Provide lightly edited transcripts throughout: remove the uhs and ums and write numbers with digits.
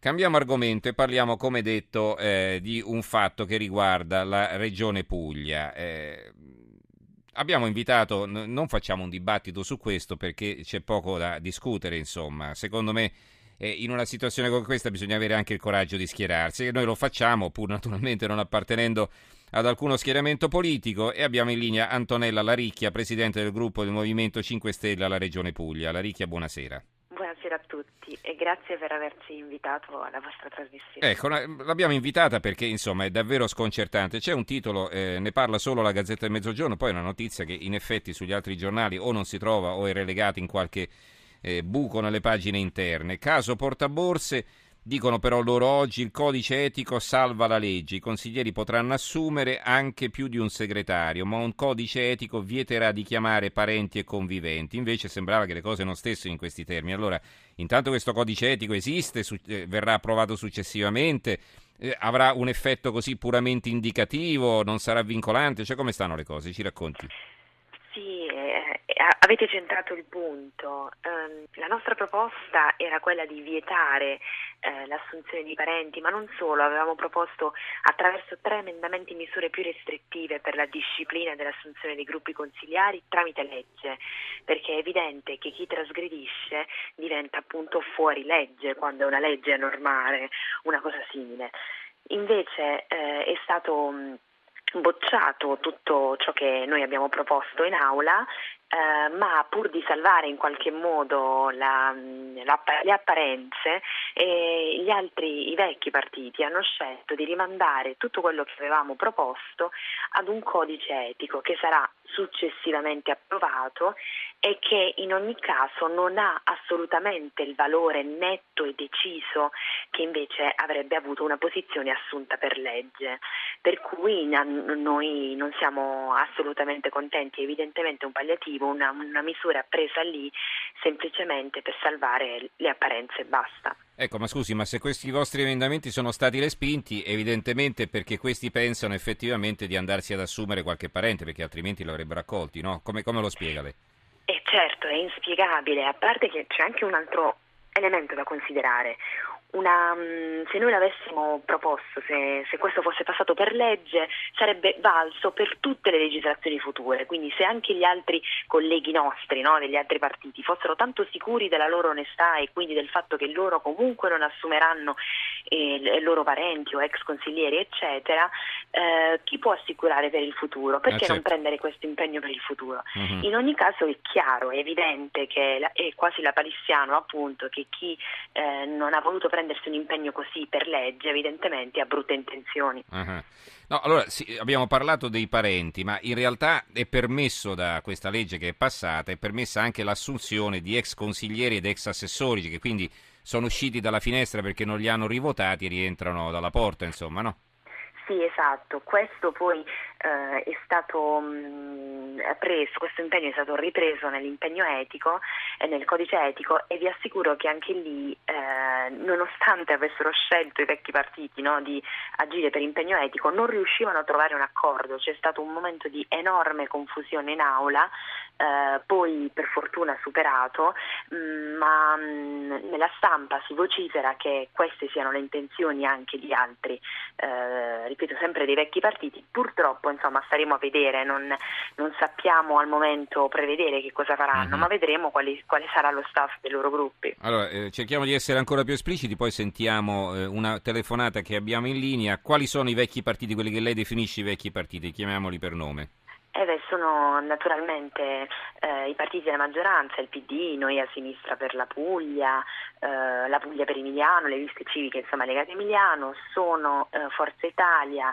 Cambiamo argomento e parliamo, come detto, di un fatto che riguarda la Regione Puglia. Abbiamo invitato, non facciamo un dibattito su questo perché c'è poco da discutere, insomma. Secondo me, in una situazione come questa bisogna avere anche il coraggio di schierarsi, e noi lo facciamo, pur naturalmente non appartenendo ad alcuno schieramento politico, e abbiamo in linea Antonella Laricchia, presidente del gruppo del Movimento 5 Stelle alla Regione Puglia. Laricchia, buonasera. Buonasera a tutti e grazie per averci invitato alla vostra trasmissione. Ecco, l'abbiamo invitata perché insomma è davvero sconcertante. C'è un titolo, ne parla solo la Gazzetta del Mezzogiorno, poi è una notizia che in effetti sugli altri giornali o non si trova o è relegata in qualche buco nelle pagine interne. Caso portaborse, dicono però loro oggi, il codice etico salva la legge, i consiglieri potranno assumere anche più di un segretario, ma un codice etico vieterà di chiamare parenti e conviventi. Invece sembrava che le cose non stessero in questi termini. Allora, intanto questo codice etico esiste, verrà approvato successivamente, avrà un effetto così puramente indicativo, non sarà vincolante, cioè come stanno le cose? Ci racconti? Sì, avete centrato il punto. La nostra proposta era quella di vietare l'assunzione di parenti, ma non solo, avevamo proposto attraverso 3 emendamenti misure più restrittive per la disciplina dell'assunzione dei gruppi consigliari tramite legge, perché è evidente che chi trasgredisce diventa appunto fuori legge quando è una legge normale, una cosa simile. Invece è stato bocciato tutto ciò che noi abbiamo proposto in aula, ma pur di salvare in qualche modo le apparenze, i vecchi partiti hanno scelto di rimandare tutto quello che avevamo proposto ad un codice etico che sarà successivamente approvato e che in ogni caso non ha assolutamente il valore netto e deciso che invece avrebbe avuto una posizione assunta per legge. Per cui noi non siamo assolutamente contenti, evidentemente è un palliativo, una misura presa lì semplicemente per salvare le apparenze e basta. Ecco, ma scusi, ma se questi vostri emendamenti sono stati respinti, evidentemente perché questi pensano effettivamente di andarsi ad assumere qualche parente, perché altrimenti li avrebbero accolti, no? Come lo spiega lei? E certo, è inspiegabile, a parte che c'è anche un altro elemento da considerare. Se noi l'avessimo proposto, se questo fosse passato per legge, sarebbe valso per tutte le legislazioni future, quindi se anche gli altri colleghi nostri, no, degli altri partiti, fossero tanto sicuri della loro onestà e quindi del fatto che loro comunque non assumeranno loro parenti o ex consiglieri, eccetera, chi può assicurare per il futuro? Perché non Certo. prendere questo impegno per il futuro? Mhm. In ogni caso è chiaro, è evidente che è quasi lapalissiano appunto che chi non ha voluto prendersi un impegno così per legge evidentemente ha brutte intenzioni. Ah. No, allora sì, abbiamo parlato dei parenti, ma in realtà è permesso da questa legge che è passata, è permessa anche l'assunzione di ex consiglieri ed ex assessori che quindi sono usciti dalla finestra perché non li hanno rivotati e rientrano dalla porta, insomma, no? Sì, esatto, questo poi è stato preso, questo impegno è stato ripreso nell'impegno etico e nel codice etico e vi assicuro che anche lì, nonostante avessero scelto i vecchi partiti, no, di agire per impegno etico, non riuscivano a trovare un accordo, c'è stato un momento di enorme confusione in aula, poi per fortuna superato, ma nella stampa si vocifera che queste siano le intenzioni anche di altri, ripeto sempre dei vecchi partiti. Purtroppo insomma staremo a vedere, non sappiamo al momento prevedere che cosa faranno, ma vedremo quale sarà lo staff dei loro gruppi. Allora, cerchiamo di essere ancora più espliciti, poi sentiamo una telefonata che abbiamo in linea. Quali sono i vecchi partiti, quelli che lei definisce i vecchi partiti? Chiamiamoli per nome. Sono naturalmente i partiti della maggioranza, il PD, Noi a Sinistra per la Puglia per Emiliano, le liste civiche insomma legate a Emiliano, sono Forza Italia,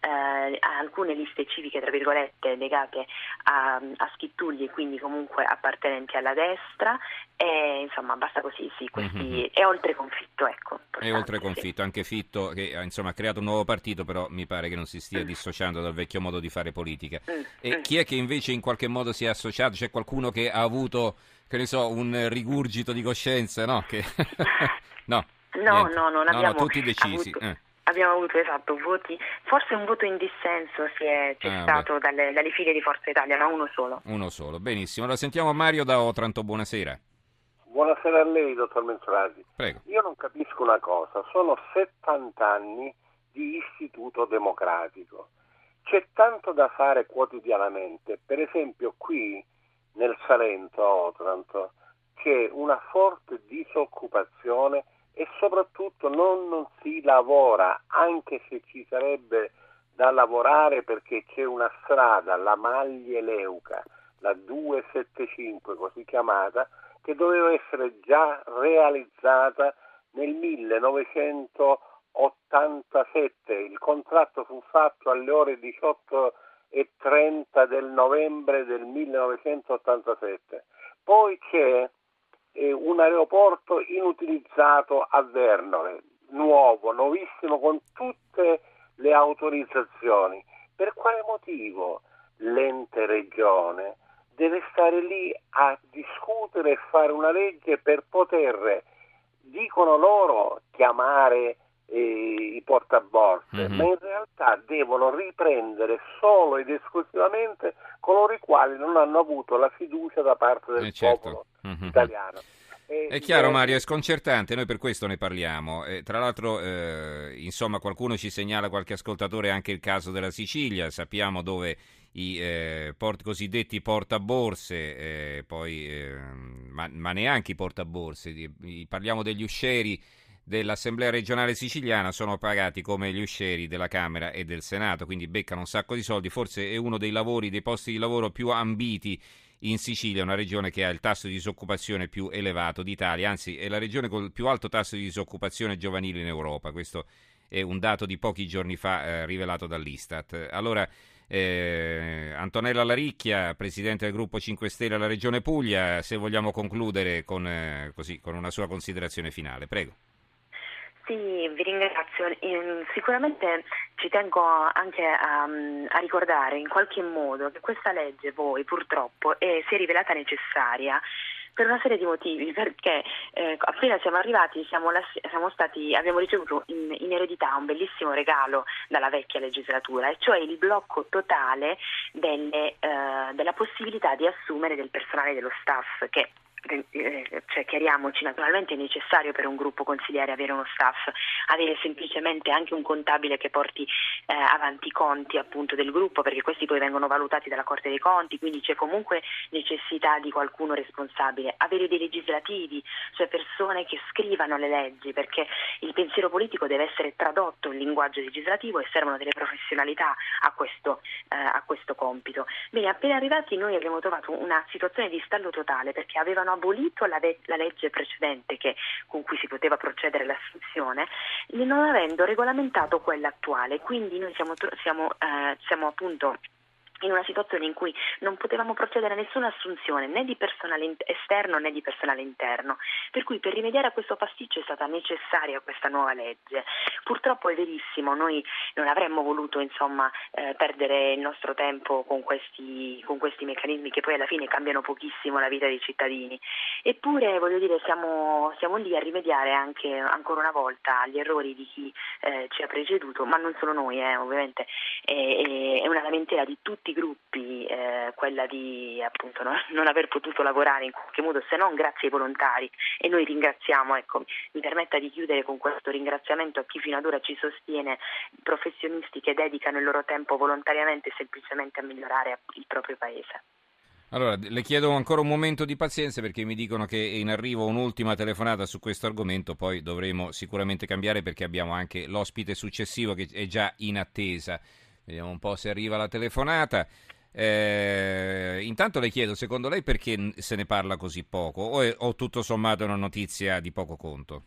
alcune liste civiche tra virgolette legate a Schittulli e quindi comunque appartenenti alla destra e insomma basta così, sì, questi è oltre conflitto, ecco. È oltre conflitto, sì. Anche Fitto che insomma ha creato un nuovo partito, però mi pare che non si stia dissociando dal vecchio modo di fare politica. E chi è che invece in qualche modo si è associato? C'è qualcuno che ha avuto, che ne so, un rigurgito di coscienza, no? No, non abbiamo tutti decisi. Abbiamo avuto esatto voti, forse un voto in dissenso c'è stato dalle file di Forza Italia, ma uno solo. Uno solo, benissimo. Allora sentiamo Mario da Otranto, buonasera. Buonasera a lei, dottor Menzolati. Prego. Io non capisco una cosa, sono 70 anni di istituto democratico. C'è tanto da fare quotidianamente. Per esempio qui nel Salento, a Otranto, c'è una forte disoccupazione e soprattutto non si lavora, anche se ci sarebbe da lavorare, perché c'è una strada, la Maglie Leuca, la 275 così chiamata, che doveva essere già realizzata nel 1987. Il contratto fu fatto alle ore 18:30 del novembre del 1987. Poi c'è un aeroporto inutilizzato a Vernore, nuovissimo, con tutte le autorizzazioni. Per quale motivo l'ente regione deve stare lì a discutere e fare una legge per poter, dicono loro, chiamare i portaborse, ma in realtà devono riprendere solo ed esclusivamente coloro i quali non hanno avuto la fiducia da parte del popolo italiano. È chiaro, Mario, è sconcertante, noi per questo ne parliamo. Tra l'altro, insomma, qualcuno ci segnala, qualche ascoltatore, anche il caso della Sicilia. Sappiamo dove i cosiddetti portaborse, ma neanche i portaborse, parliamo degli uscieri dell'Assemblea regionale siciliana, sono pagati come gli uscieri della Camera e del Senato, quindi beccano un sacco di soldi. Forse è uno dei posti di lavoro più ambiti in Sicilia, una regione che ha il tasso di disoccupazione più elevato d'Italia, anzi è la regione con il più alto tasso di disoccupazione giovanile in Europa. Questo è un dato di pochi giorni fa rivelato dall'Istat. Allora, Antonella Laricchia, presidente del gruppo 5 Stelle alla Regione Puglia, se vogliamo concludere con una sua considerazione finale, prego. Sì, vi ringrazio. Sicuramente ci tengo anche a ricordare in qualche modo che questa legge poi purtroppo si è rivelata necessaria per una serie di motivi, perché appena siamo arrivati abbiamo ricevuto in eredità un bellissimo regalo dalla vecchia legislatura, e cioè il blocco totale della possibilità di assumere del personale dello staff, che chiariamoci, naturalmente è necessario per un gruppo consigliare avere uno staff, avere semplicemente anche un contabile che porti avanti i conti appunto del gruppo, perché questi poi vengono valutati dalla Corte dei Conti, quindi c'è comunque necessità di qualcuno responsabile, avere dei legislativi, cioè persone che scrivano le leggi, perché il pensiero politico deve essere tradotto in linguaggio legislativo e servono delle professionalità a questo compito. Bene, appena arrivati noi abbiamo trovato una situazione di stallo totale, perché avevano abolito la legge precedente con cui si poteva procedere all'assunzione, non avendo regolamentato quella attuale. Quindi noi siamo appunto in una situazione in cui non potevamo procedere a nessuna assunzione né di personale esterno né di personale interno, per cui per rimediare a questo pasticcio è stata necessaria questa nuova legge. Purtroppo è verissimo, noi non avremmo voluto perdere il nostro tempo con questi meccanismi che poi alla fine cambiano pochissimo la vita dei cittadini, eppure voglio dire siamo lì a rimediare anche ancora una volta agli errori di chi ci ha preceduto, ma non solo noi, ovviamente è una lamentela di tutti i gruppi, quella di appunto non aver potuto lavorare in qualche modo, se non grazie ai volontari, e noi ringraziamo, mi permetta di chiudere con questo ringraziamento a chi fino ad ora ci sostiene, professionisti che dedicano il loro tempo volontariamente semplicemente a migliorare il proprio paese. Allora, le chiedo ancora un momento di pazienza, perché mi dicono che è in arrivo un'ultima telefonata su questo argomento, poi dovremo sicuramente cambiare perché abbiamo anche l'ospite successivo che è già in attesa. Vediamo un po' se arriva la telefonata. Intanto le chiedo, secondo lei perché se ne parla così poco, o tutto sommato è una notizia di poco conto?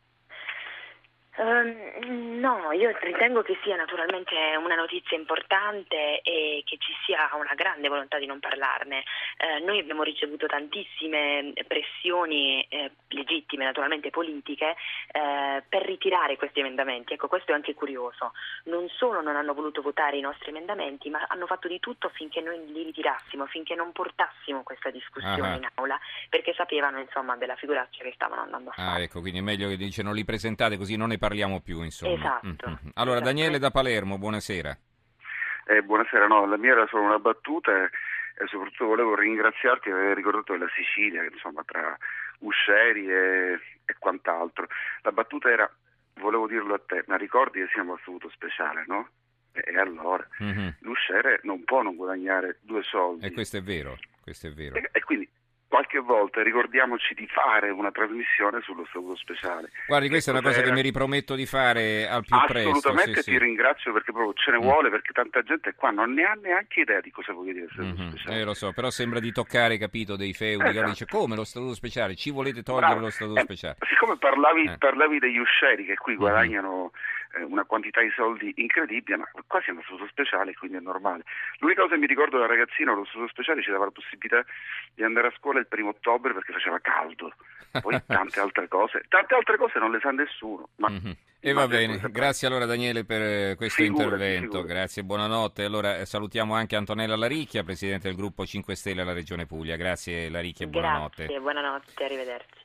No, io ritengo che sia naturalmente una notizia importante e che ci sia una grande volontà di non parlarne. Noi abbiamo ricevuto tantissime pressioni legittime, naturalmente politiche, per ritirare questi emendamenti. Ecco, questo è anche curioso. Non solo non hanno voluto votare i nostri emendamenti, ma hanno fatto di tutto affinché noi li ritirassimo, affinché non portassimo questa discussione in aula, perché sapevano della figuraccia che stavano andando a fare. Ecco, quindi è meglio che non li presentate, così non ne parliamo più, insomma. Esatto. Allora, Daniele da Palermo, buonasera. Buonasera, no, la mia era solo una battuta e soprattutto volevo ringraziarti per aver ricordato la Sicilia, che insomma tra Usceri e quant'altro. La battuta era, volevo dirlo a te, ma ricordi che siamo al saluto speciale, no? E allora, l'usciere non può non guadagnare 2 soldi. E questo è vero, questo è vero. E quindi qualche volta ricordiamoci di fare una trasmissione sullo saluto speciale. Guardi, questa è una cosa che mi riprometto di fare al più presto. Assolutamente, sì, ti ringrazio, perché proprio ce ne vuole, perché tanta gente qua non ne ha neanche idea di cosa vuol dire il saluto speciale. Lo so, però sembra di toccare, capito, dei feudi. Esatto. Dice, come lo statuto speciale? Ci volete togliere lo statuto speciale? Siccome parlavi degli uscieri che qui guadagnano una quantità di soldi incredibile, ma qua siamo a statuto speciale, quindi è normale. L'unica cosa che mi ricordo da ragazzino, lo statuto speciale ci dava la possibilità di andare a scuola il 1° ottobre perché faceva caldo. Poi tante altre cose non le sa nessuno. Ma E va bene, grazie allora Daniele per questo intervento, grazie, buonanotte. Allora salutiamo anche Antonella Laricchia, Presidente del gruppo 5 Stelle alla Regione Puglia. Grazie Laricchia e buonanotte. Grazie, buonanotte, arrivederci.